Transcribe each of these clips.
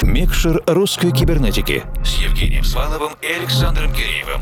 Микшер русской кибернетики с Евгением Сваловым и Александром Киреевым.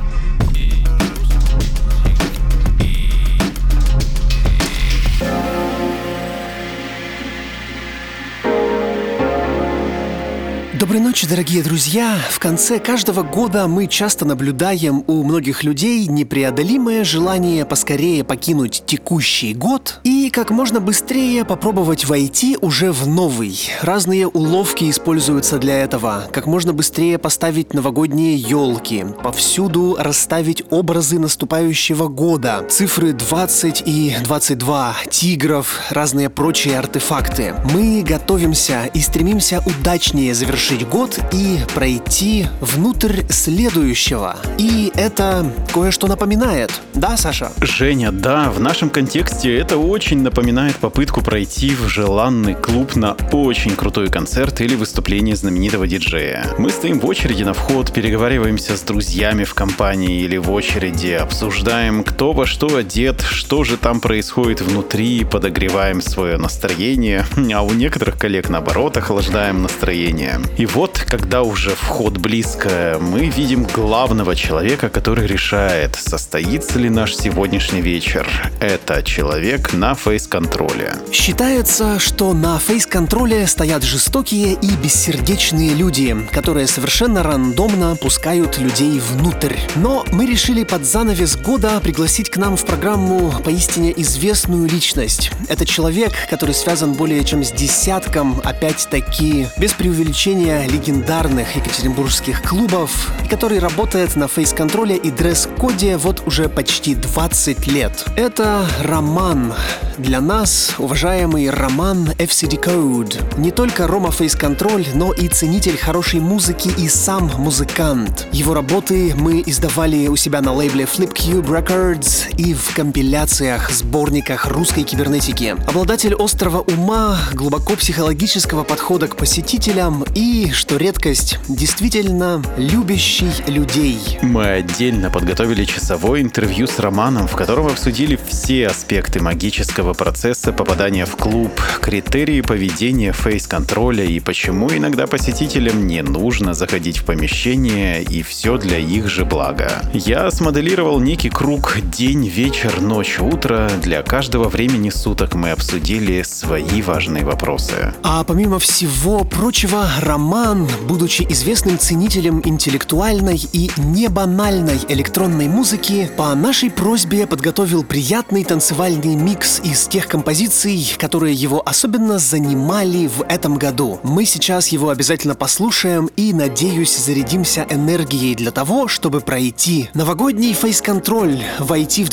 Доброй ночи, дорогие друзья! В конце каждого года мы часто наблюдаем у многих людей непреодолимое желание поскорее покинуть текущий год и как можно быстрее попробовать войти уже в новый. Разные уловки используются для этого. Как можно быстрее поставить новогодние елки, повсюду расставить образы наступающего года, цифры 20 и 22, тигров, разные прочие артефакты. Мы готовимся и стремимся удачнее завершить год и пройти внутрь следующего. И это кое-что напоминает. Да, Саша? Женя, да, в нашем контексте это очень напоминает попытку пройти в желанный клуб на очень крутой концерт или выступление знаменитого диджея. Мы стоим в очереди на вход, переговариваемся с друзьями в компании или в очереди, обсуждаем, кто во что одет, что же там происходит внутри, подогреваем свое настроение, а у некоторых коллег, наоборот, охлаждаем настроение. И вот, когда уже вход близко, мы видим главного человека, который решает, состоится ли наш сегодняшний вечер. Это человек на фейс-контроле. Считается, что на фейс-контроле стоят жестокие и бессердечные люди, которые совершенно рандомно пускают людей внутрь. Но мы решили под занавес года пригласить к нам в программу поистине известную личность. Это человек, который связан более чем с десятком, опять-таки, без преувеличения, легендарных екатеринбургских клубов, и который работает на фейс-контроле и дресс-коде вот уже почти 20 лет. Это Роман. Для нас уважаемый Роман FCD Code. Не только Рома фейс-контроль, но и ценитель хорошей музыки и сам музыкант. Его работы мы издавали у себя на лейбле Flipcube Records и в компиляциях, сборниках русской кибернетики. Обладатель острого ума, глубоко психологического подхода к посетителям и, что редкость, действительно любящий людей. Мы отдельно подготовили часовое интервью с Романом, в котором обсудили все аспекты магического процесса попадания в клуб, критерии поведения фейс-контроля и почему иногда посетителям не нужно заходить в помещение, и все для их же блага. Я смоделировал некий круг день, вечер, ночь, утро. Для каждого времени суток мы обсудили свои важные вопросы. А помимо всего прочего, Роман, будучи известным ценителем интеллектуальной и небанальной электронной музыки, по нашей просьбе подготовил приятный танцевальный микс из тех композиций, которые его особенно занимали в этом году. Мы сейчас его обязательно послушаем и, надеюсь, зарядимся энергией для того, чтобы пройти новогодний фейс-контроль, войти в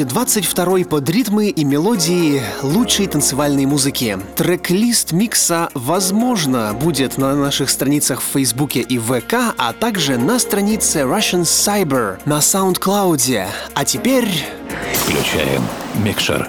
2022 под ритмы и мелодии лучшей танцевальной музыки. Трек-лист микса, возможно, будет на наших страницах в Фейсбуке и ВК, а также на странице Russian Cyber на SoundCloud. А теперь... Включаем микшер.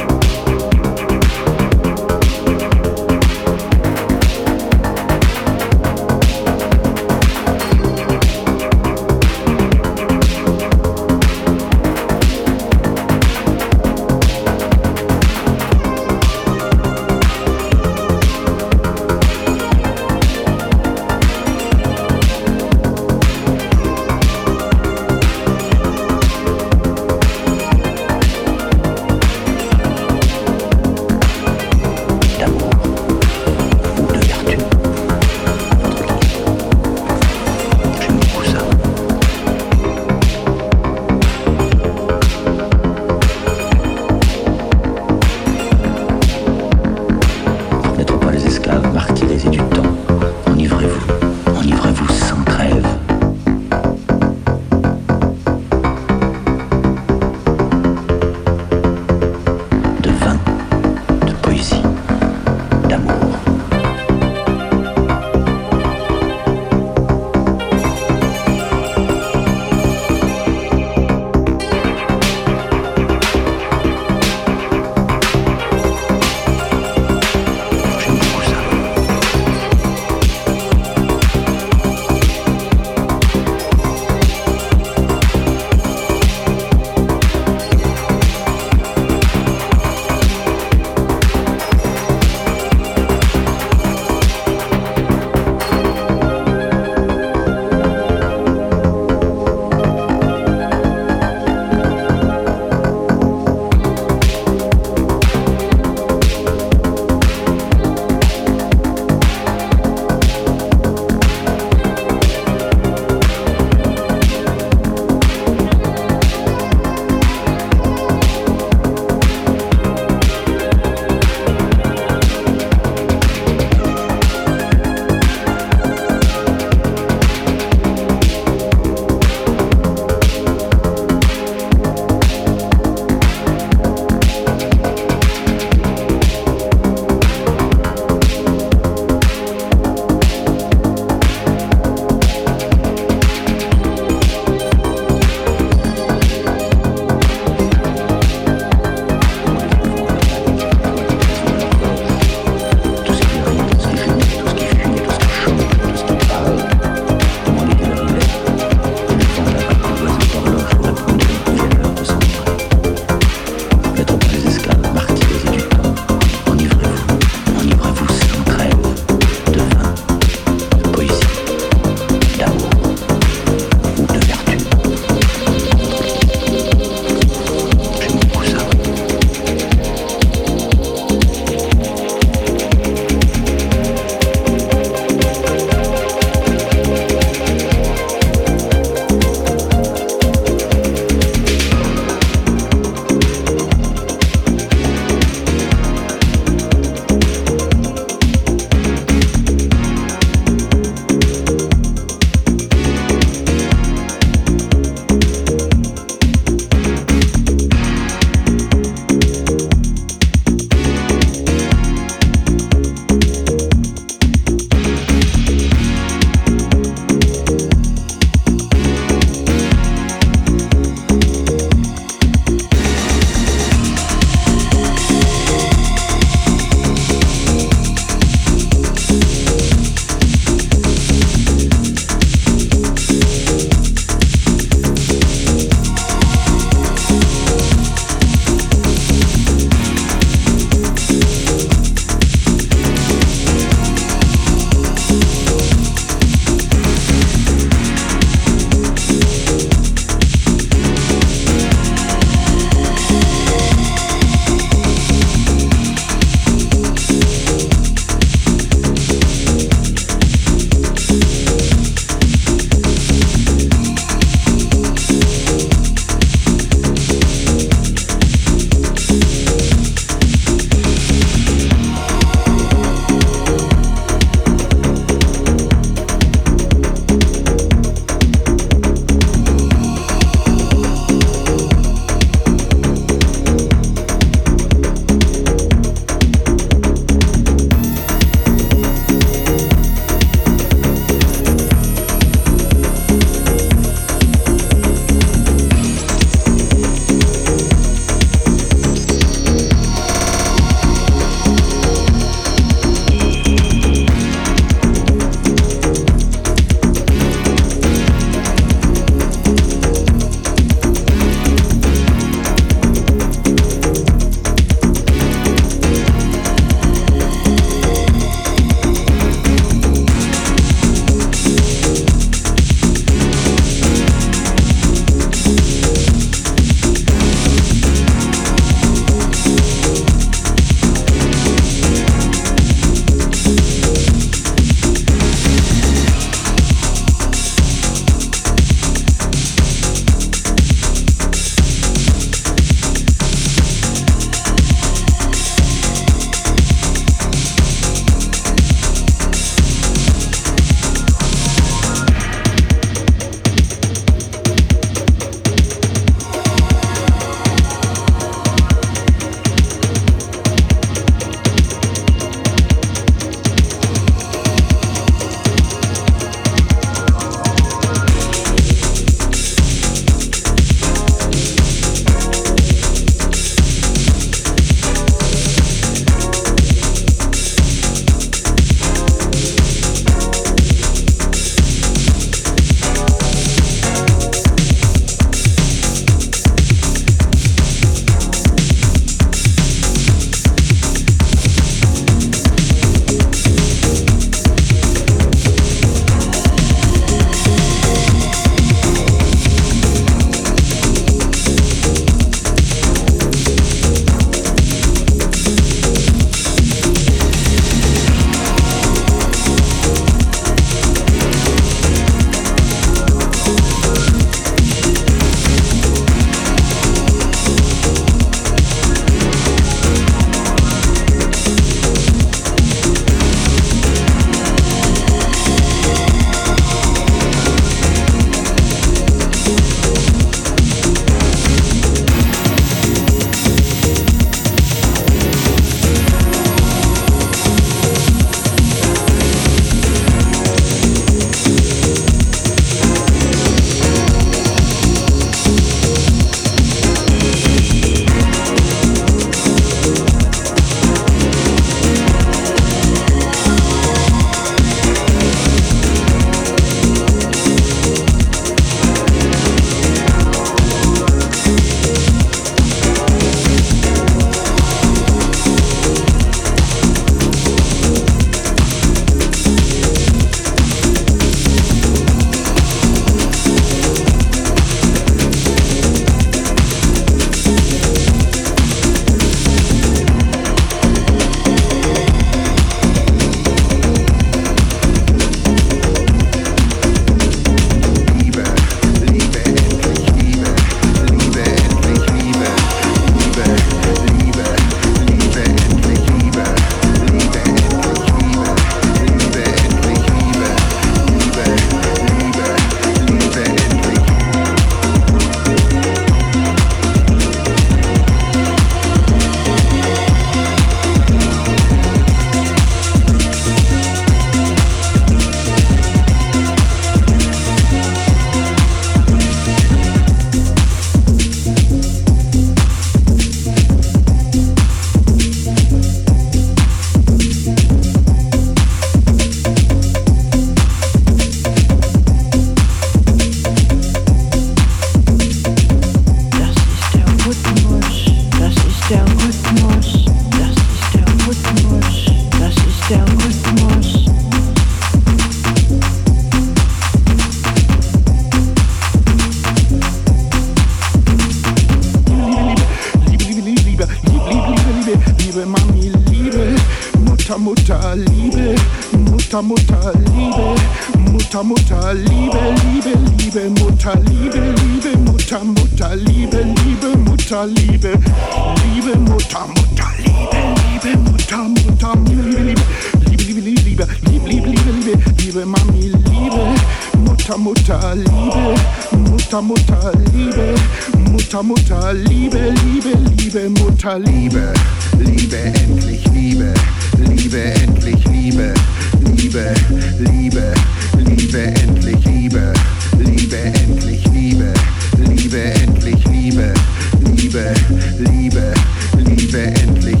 Mami, Liebe, Mutter, Mutter, Liebe, Mutter, Mutter, Liebe, Mutter, Mutter, Liebe, Liebe, Liebe, Mutter, Liebe, Liebe, Mutter, Mutter, Liebe, Liebe, Mutter, Liebe, Liebe, Mutter, Mutter, Liebe, Liebe, Mutter, Mutter, Liebe, Liebe, Liebe, Liebe, Liebe, Liebe, Liebe, Liebe, Liebe, Mami, Liebe, Mutter, Mutter, Liebe, Mutter, Mutter, Liebe, Mutter, Mutter, Liebe, Liebe, Liebe, Mutter, Liebe, Liebe, endlich Liebe, Liebe, endlich Liebe, Liebe, Liebe, Liebe, endlich Liebe, Liebe, endlich Liebe, Liebe, endlich Liebe, Liebe, Liebe, Liebe, endlich.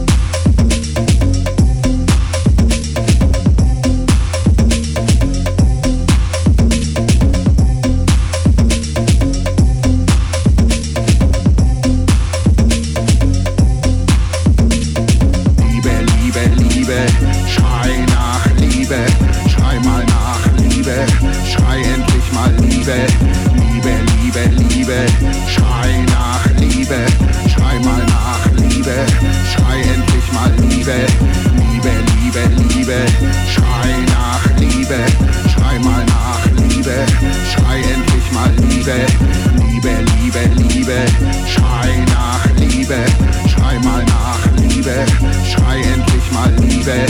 Schrei nach Liebe, schrei mal nach Liebe, schrei endlich mal Liebe, Liebe, Liebe, Liebe, schrei nach Liebe, schrei mal nach Liebe, schrei endlich mal Liebe, Liebe, Liebe, Liebe, schrei nach Liebe, schrei mal nach Liebe, schrei endlich mal Liebe, Liebe, Liebe, Liebe, schrei nach Liebe, schrei mal nach Liebe, schrei endlich mal Liebe.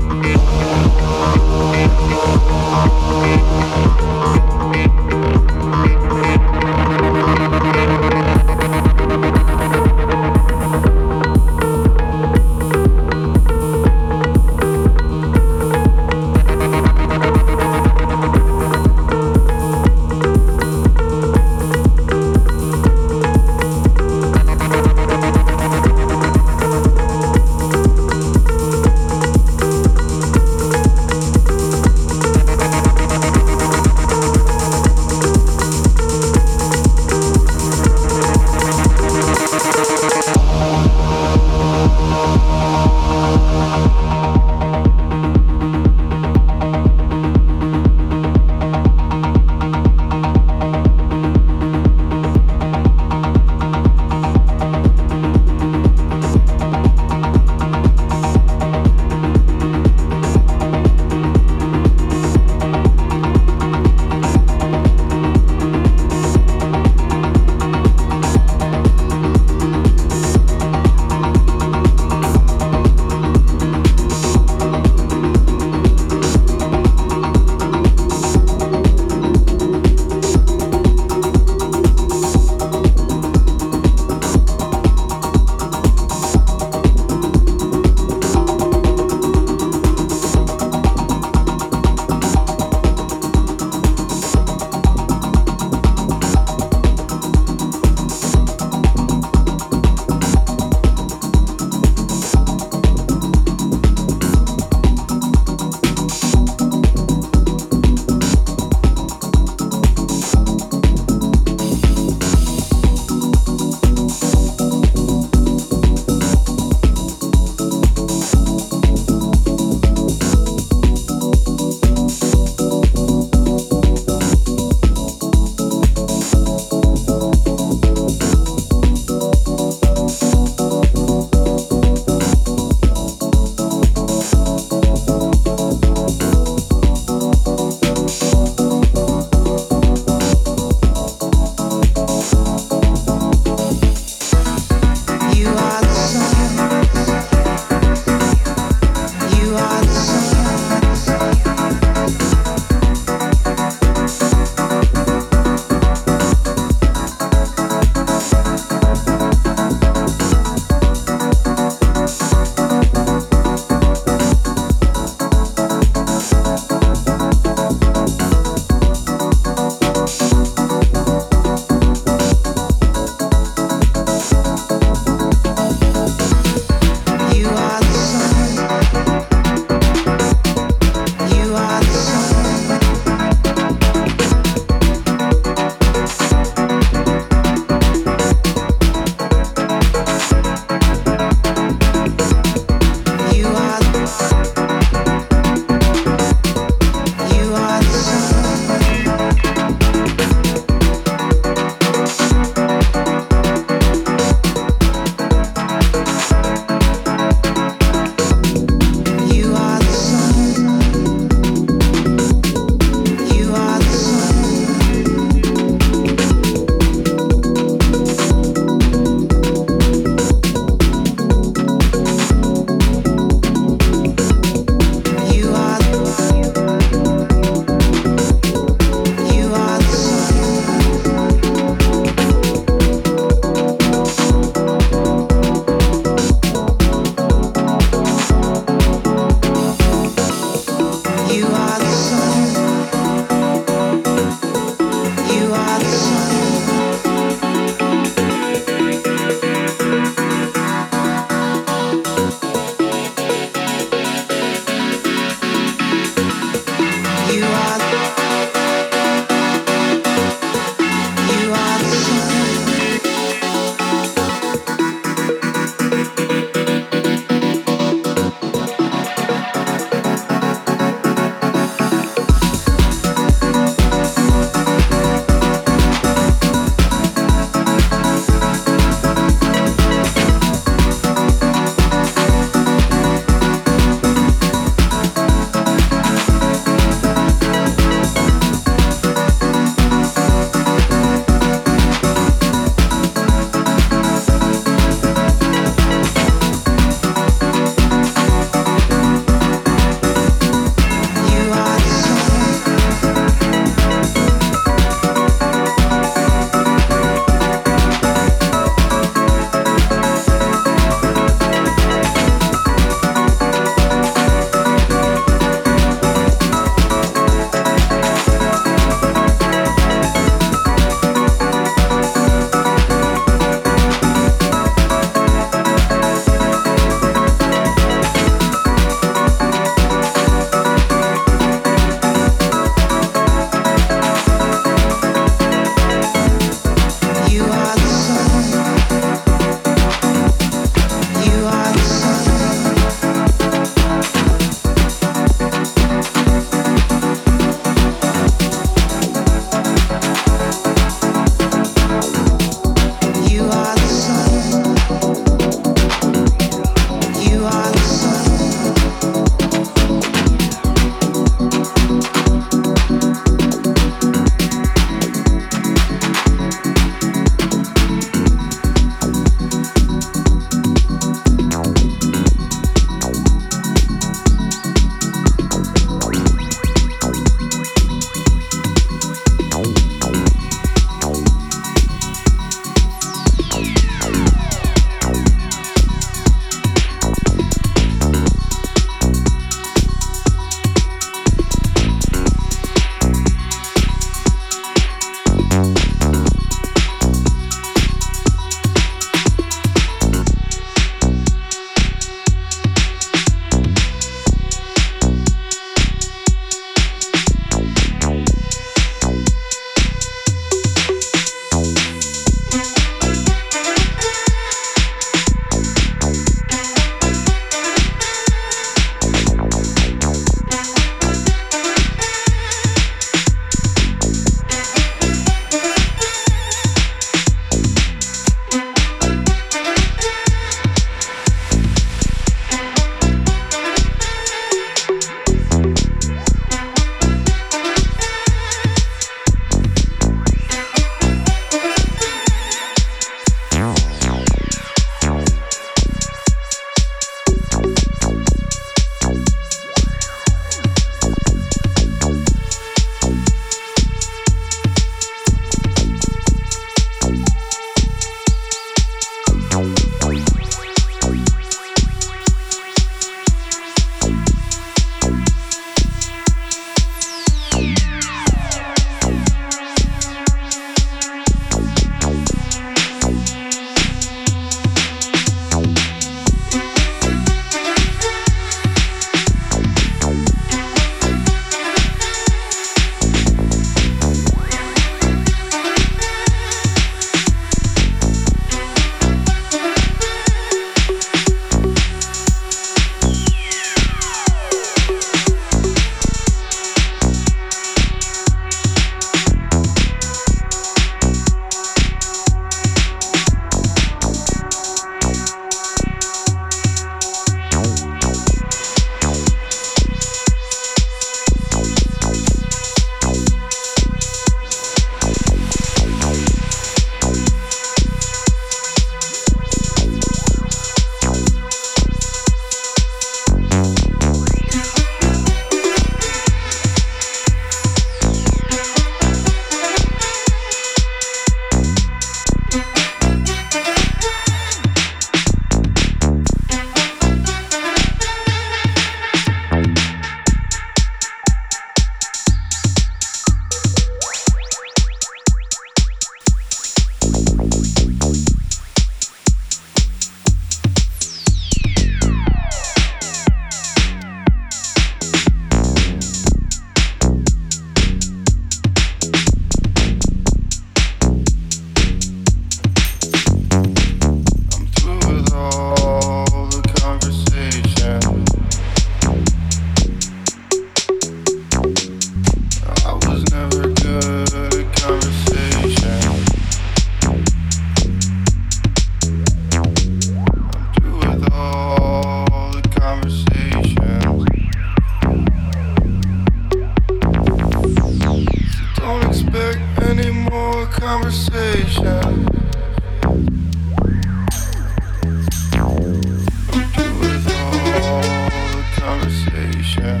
conversation.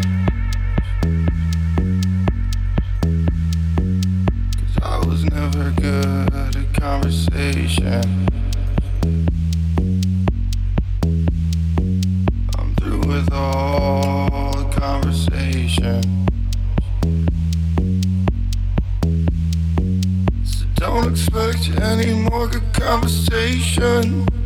'Cause I was never good at conversation. I'm through with all the conversation. So don't expect any more good conversation.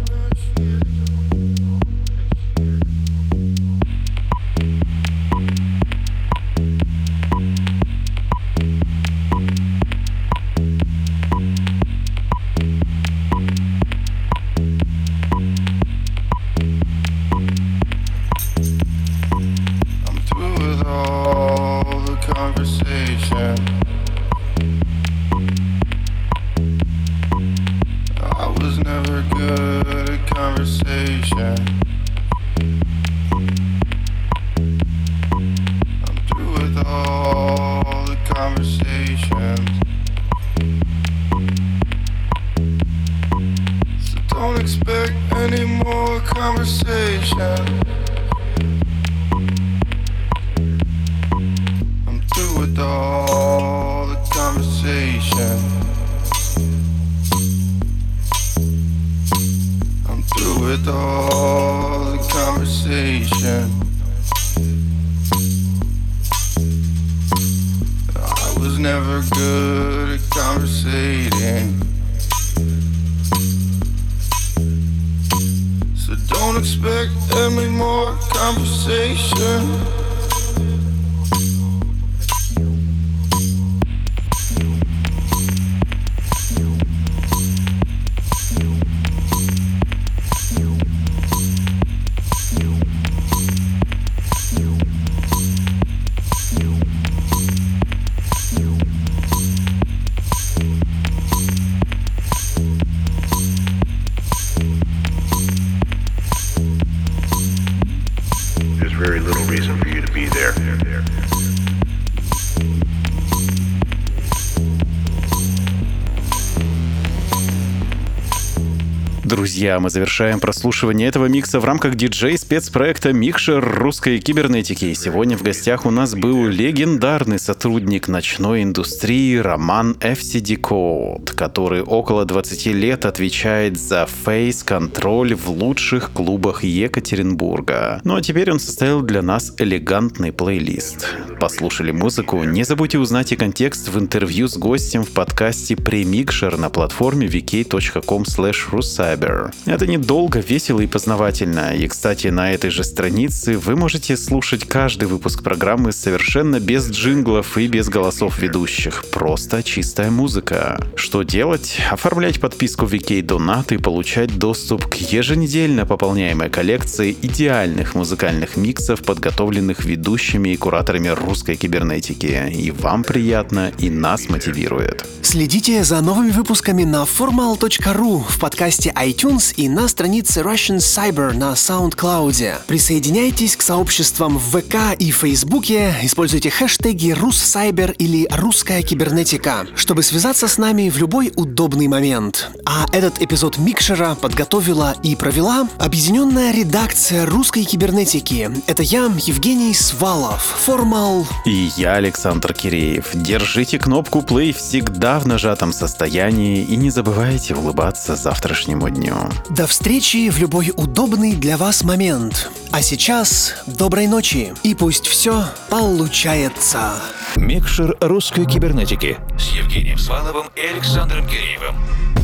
Друзья, мы завершаем прослушивание этого микса в рамках диджей-спецпроекта «Микшер русской кибернетики». И сегодня в гостях у нас был легендарный сотрудник ночной индустрии Роман FCD Code, который около 20 лет отвечает за фейс-контроль в лучших клубах Екатеринбурга. Ну а теперь он составил для нас элегантный плейлист. Послушали музыку? Не забудьте узнать и контекст в интервью с гостем в подкасте «Премикшер» на платформе vk.com/russcyber. Это недолго, весело и познавательно. И, кстати, на этой же странице вы можете слушать каждый выпуск программы совершенно без джинглов и без голосов ведущих. Просто чистая музыка. Что делать? Оформлять подписку VK Donat и получать доступ к еженедельно пополняемой коллекции идеальных музыкальных миксов, подготовленных ведущими и кураторами русской кибернетики. И вам приятно, и нас мотивирует. Следите за новыми выпусками на formal.ru, в подкасте iTunes и на странице Russian Cyber на SoundCloud. Присоединяйтесь к сообществам в ВК и Фейсбуке, используйте хэштеги RusCyber или Русская кибернетика, чтобы связаться с нами в любой удобный момент. А этот эпизод Микшера подготовила и провела объединенная редакция русской кибернетики. Это я, Евгений Свалов, Formal. И я, Александр Киреев. Держите кнопку play всегда в нажатом состоянии и не забывайте улыбаться завтрашнему дню. До встречи в любой удобный для вас момент. А сейчас доброй ночи и пусть все получается. Микшер русской кибернетики с Евгением Сваловым и Александром Киреевым.